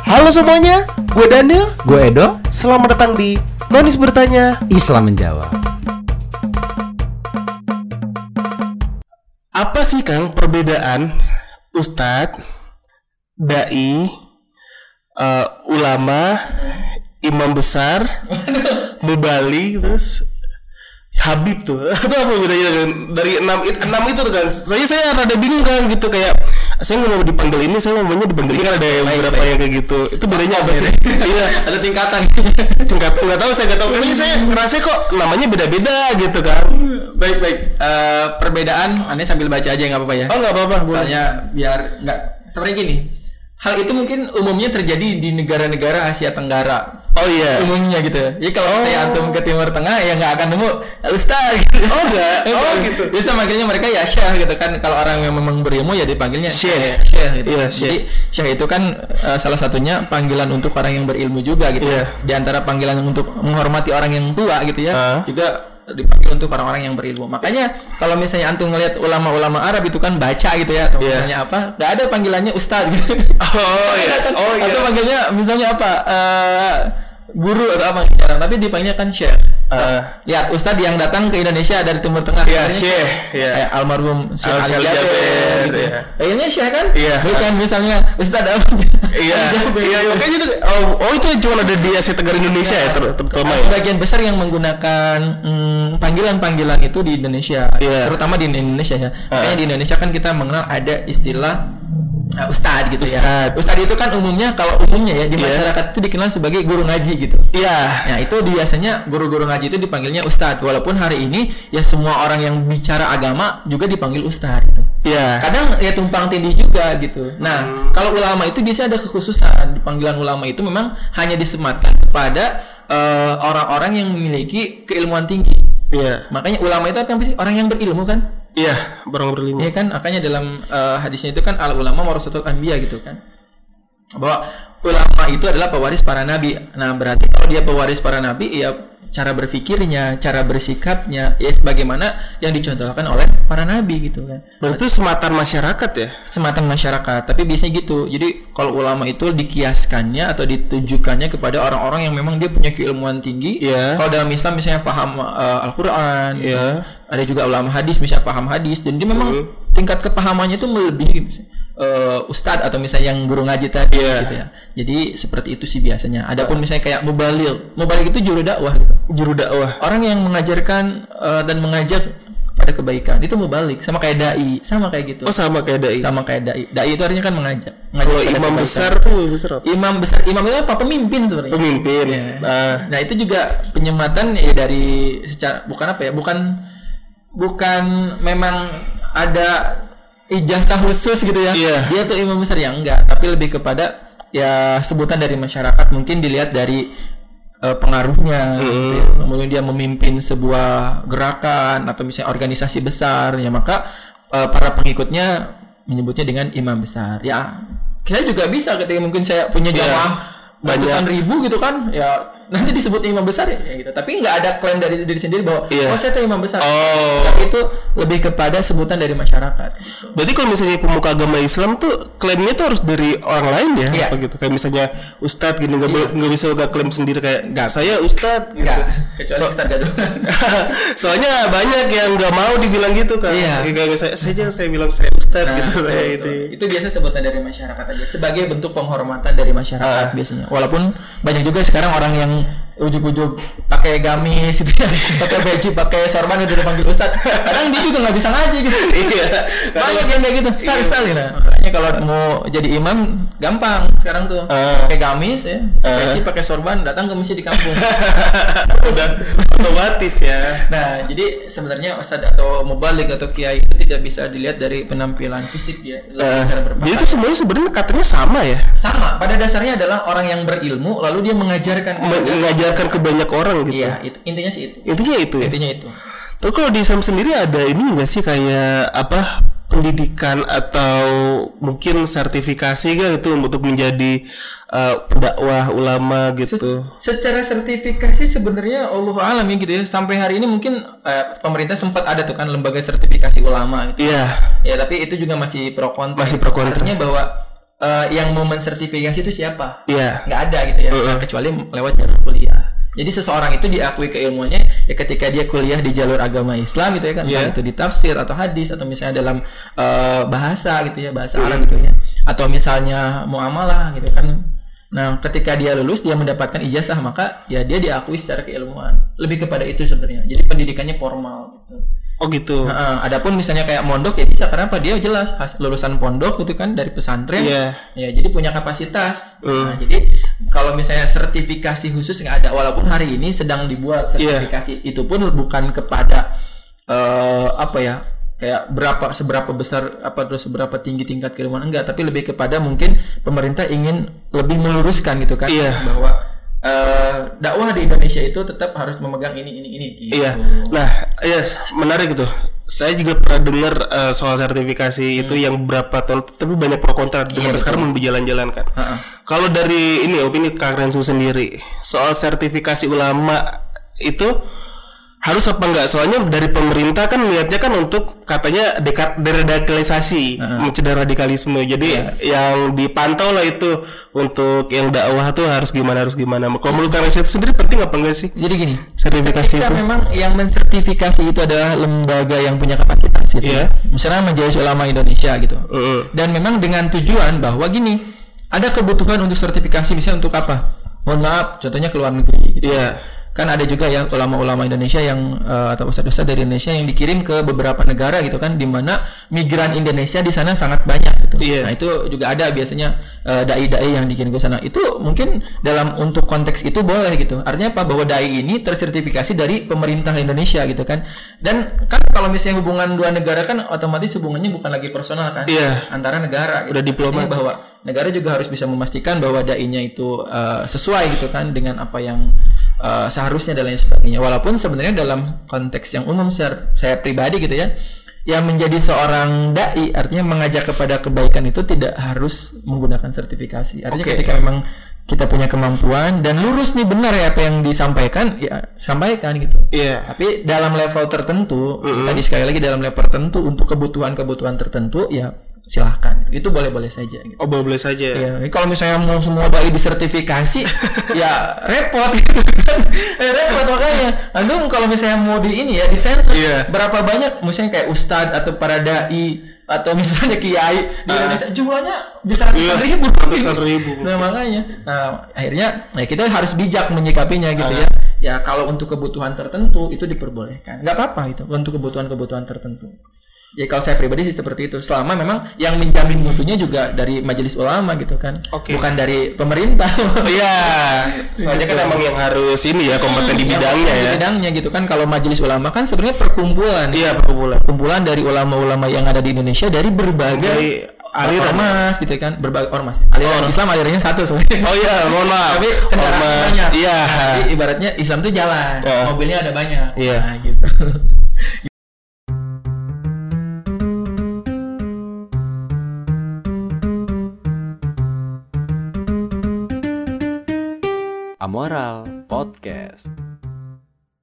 Halo semuanya, gue Daniel. Gue Edo. Selamat datang di Nonis Bertanya, Islam Menjawab. Apa sih Kang perbedaan Ustadz, Dai, ulama, imam besar, mubali, terus Habib tuh? Itu apa bedanya kan? Dari enam itu tuh kan? Saya rada bingung kan gitu, kayak saya nggak mau dipanggil ini, saya maunya dipanggil ini, kan ada beberapa yang kayak gitu. Itu bedanya apa sih? Iya, ada tingkatan. nggak tahu, saya nggak tahu. Ini saya ngerasa kok namanya beda-beda gitu kan. Baik. Perbedaan, aneh sambil baca aja nggak apa-apa ya. Oh nggak apa-apa. Soalnya biar nggak sebenarnya gini. Hal itu mungkin umumnya terjadi di negara-negara Asia Tenggara. Oh iya. Umumnya gitu. Jadi kalau saya antum ke Timur Tengah ya nggak akan nemu Ustaz gitu. Oh enggak. Oh gitu. Biasa manggilnya mereka ya Syekh gitu kan. Kalau orang yang memang berilmu ya dipanggilnya Syekh gitu. Iya, Jadi Syekh itu kan salah satunya panggilan untuk orang yang berilmu juga gitu. Iya. Di antara panggilan untuk menghormati orang yang tua gitu ya. Juga dipanggil untuk orang-orang yang berilmu. Makanya kalau misalnya antum ngelihat ulama-ulama Arab itu kan baca gitu ya, atau misalnya apa, nggak ada panggilannya ustaz gitu. Oh iya. Atau panggilnya misalnya apa, guru atau apa jarang, tapi dipanggilnya kan syekh. Lihat ustaz yang datang ke Indonesia dari Timur Tengah. Iya, syekh. Iya. Kayak almarhum Syekh Ali Jaber. gitu. Kayaknya syekh kan? Iya. Bukan misalnya ustaz apa? Iya. Iya, makanya itu itu cuma ada di Asia Tenggara Indonesia ya terutama ya. Sebagian besar yang menggunakan panggilan-panggilan itu di Indonesia, terutama di Indonesia ya. Makanya di Indonesia kan kita mengenal ada istilah Ustadz gitu ya. Ustadz itu kan umumnya ya di masyarakat itu dikenal sebagai guru ngaji gitu. Iya. Nah itu biasanya guru-guru ngaji itu dipanggilnya Ustadz. Walaupun hari ini ya semua orang yang bicara agama juga dipanggil Ustadz gitu. Iya. Kadang ya tumpang tindih juga gitu. Nah kalau ulama itu biasanya ada kekhususan. Panggilan ulama itu memang hanya disematkan kepada orang-orang yang memiliki keilmuan tinggi. Iya. Makanya ulama itu kan pasti orang yang berilmu kan. Iya, orang berilmu. Iya kan, makanya dalam hadisnya itu kan al ulama warasatul anbiya gitu kan. Bahwa ulama itu adalah pewaris para nabi. Nah, berarti kalau dia pewaris para nabi, ya cara berfikirnya, cara bersikapnya ya sebagaimana yang dicontohkan oleh para nabi gitu kan. Berarti sematan masyarakat ya? Sematan masyarakat, tapi biasanya gitu. Jadi kalau ulama itu dikiaskannya atau ditujukannya kepada orang-orang yang memang dia punya keilmuan tinggi. Iya. Kalau dalam Islam misalnya paham Al-Qur'an. Iya. Ada juga ulama hadis misalnya paham hadis, dan dia memang tingkat kepahamannya itu melebihi ustadz atau misalnya yang guru ngaji tadi gitu ya. Jadi seperti itu sih biasanya. Adapun misalnya kayak mubalil itu juru dakwah gitu. Juru dakwah. Orang yang mengajarkan dan mengajak pada kebaikan itu mubalik, sama kayak dai, sama kayak gitu. Oh sama kayak dai. Sama kayak dai. Dai itu artinya kan mengajak. Kalau imam besar tuh besar apa? Imam itu apa? Pemimpin sebenarnya. Pemimpin. Ya. Nah itu juga penyematan ya dari secara bukan memang ada ijazah khusus gitu ya. Dia tuh imam besar ya enggak, tapi lebih kepada ya sebutan dari masyarakat, mungkin dilihat dari pengaruhnya gitu ya. Kemudian dia memimpin sebuah gerakan atau misalnya organisasi besar ya, maka para pengikutnya menyebutnya dengan imam besar. Ya saya juga bisa ketika mungkin saya punya jamaah ratusan ribu gitu kan, ya nanti disebut imam besar ya gitu. Tapi nggak ada klaim dari diri sendiri bahwa saya tuh imam besar. Tapi itu lebih kepada sebutan dari masyarakat gitu. Berarti kalau misalnya pemuka agama Islam tuh klaimnya tuh harus dari orang lain ya? Apa gitu? Kayak misalnya ustadz gini, nggak bisa gak klaim sendiri kayak nggak saya ustadz gitu. Kecuali ustadz gaduh. Soalnya banyak yang nggak mau dibilang gitu kan. Kayak saya bilang saya ustadz gitu kayak itu. Itu biasa sebutan dari masyarakat aja sebagai bentuk penghormatan dari masyarakat biasanya. Walaupun banyak juga sekarang orang yang ujuk-ujuk pakai gamis gitu ya, pakai peci, pakai sorban udah dipanggil ustadz. Kadang dia juga nggak bisa ngaji gitu. Banyak yang kayak gitu. Ustadz gitu. Makanya kalau mau jadi imam gampang sekarang tuh. Pakai gamis ya, peci, pakai sorban, datang ke masjid di kampung. Udah otomatis ya. Nah, jadi sebenarnya ustadz atau mubalik atau kiai itu tidak bisa dilihat dari penampilan fisik ya, cara berpakaian. Jadi itu semuanya sebenarnya katanya sama ya? Sama. Pada dasarnya adalah orang yang berilmu lalu dia mengajarkan ke banyak orang gitu. Iya, itu intinya sih itu. Intinya itu ya. Intinya itu. Tapi kalau di Islam sendiri ada ini nggak sih kayak apa pendidikan atau mungkin sertifikasi gitu untuk menjadi pendakwah ulama gitu? Secara sertifikasi sebenarnya Allah alam ya gitu ya. Sampai hari ini mungkin pemerintah sempat ada tuh kan lembaga sertifikasi ulama gitu. Iya. Ya tapi itu juga masih pro kontra. Masih pro kontra. Artinya bahwa yang mau mensertifikasi itu siapa? Iya. Nggak ada gitu ya. Nah, kecuali lewat jalur kuliah. Jadi seseorang itu diakui keilmuannya ya ketika dia kuliah di jalur agama Islam gitu ya kan, entah itu di tafsir atau hadis atau misalnya dalam bahasa gitu ya, bahasa Arab gitu ya, atau misalnya muamalah gitu kan. Nah, ketika dia lulus dia mendapatkan ijazah, maka ya dia diakui secara keilmuan. Lebih kepada itu sebenarnya. Jadi pendidikannya formal gitu. Oh gitu. Adapun misalnya kayak mondok ya bisa, karena apa, dia jelas lulusan pondok gitu kan dari pesantren. Ya jadi punya kapasitas. Nah, jadi kalau misalnya sertifikasi khusus nggak ada, walaupun hari ini sedang dibuat sertifikasi itu pun bukan kepada apa ya, kayak seberapa besar terus seberapa tinggi tingkat keilmuan, enggak, tapi lebih kepada mungkin pemerintah ingin lebih meluruskan gitu kan, bahwa dakwah di Indonesia itu tetap harus memegang ini gitu. Iya. Nah, menarik itu. Saya juga pernah dengar soal sertifikasi itu yang berapa tahun, tapi banyak pro kontra sampai sekarang belum berjalan-jalan kan. Kalau dari ini opini Kang Rensu sendiri soal sertifikasi ulama itu harus apa enggak? Soalnya dari pemerintah kan niatnya kan untuk katanya deradikalisasi, mencegah radikalisme. Jadi yang dipantau lah itu untuk yang dakwah tuh harus gimana. Kalau menurut Kang Rensu sendiri penting apa enggak sih? Jadi gini, sertifikasi ketika itu memang yang mensertifikasi itu adalah lembaga yang punya kapasitas gitu. Misalnya Majelis Ulama Indonesia gitu. Dan memang dengan tujuan bahwa gini, ada kebutuhan untuk sertifikasi misalnya untuk apa? Mohon maaf, contohnya ke luar negeri gitu. Kan ada juga ya ulama-ulama Indonesia yang atau ustadz-ustadz dari Indonesia yang dikirim ke beberapa negara gitu kan, di mana migran Indonesia di sana sangat banyak gitu. Nah, itu juga ada biasanya dai-dai yang dikirim ke sana. Itu mungkin untuk konteks itu boleh gitu. Artinya apa? Bahwa dai ini tersertifikasi dari pemerintah Indonesia gitu kan. Dan kan kalau misalnya hubungan dua negara kan otomatis hubungannya bukan lagi personal kan, antara negara. Udah diplomat. Bahwa negara juga harus bisa memastikan bahwa dai-nya itu sesuai gitu kan dengan apa yang seharusnya dan lain sebagainya. Walaupun sebenarnya dalam konteks yang umum saya pribadi gitu ya, yang menjadi seorang dai artinya mengajak kepada kebaikan itu tidak harus menggunakan sertifikasi. Artinya ketika memang kita punya kemampuan dan lurus nih benar ya apa yang disampaikan, ya sampaikan gitu. Tapi dalam level tertentu, tadi sekali lagi dalam level tertentu untuk kebutuhan tertentu ya silahkan, itu boleh-boleh saja gitu. Oh, boleh saja. Iya, kalau misalnya mau semua dai disertifikasi ya repot gitu kan. Repot makanya. Aduh, kalau misalnya mau di ini ya disensor berapa banyak misalnya kayak ustadz atau para dai atau misalnya kiai di Indonesia jumlahnya bisa ratusan ribu. Nah, makanya akhirnya kita harus bijak menyikapinya gitu ya. Ya kalau untuk kebutuhan tertentu itu diperbolehkan. Enggak apa-apa itu untuk kebutuhan tertentu. Ya kalau saya pribadi sih seperti itu, selama memang yang menjamin mutunya juga dari majelis ulama gitu kan, bukan dari pemerintah. Soalnya kan emang yang harus ini ya kompeten di bidangnya ya. Di bidangnya gitu kan. Kalau majelis ulama kan sebenarnya perkumpulan. Perkumpulan dari ulama-ulama yang ada di Indonesia dari berbagai ormas gitu kan, berbagai ormas. Aliran Islam alirannya satu sebenarnya. Mohon maaf. Tapi kendaraan banyak. Jadi ibaratnya Islam tuh jalan, mobilnya ada banyak. Nah, gitu. Amoral Podcast.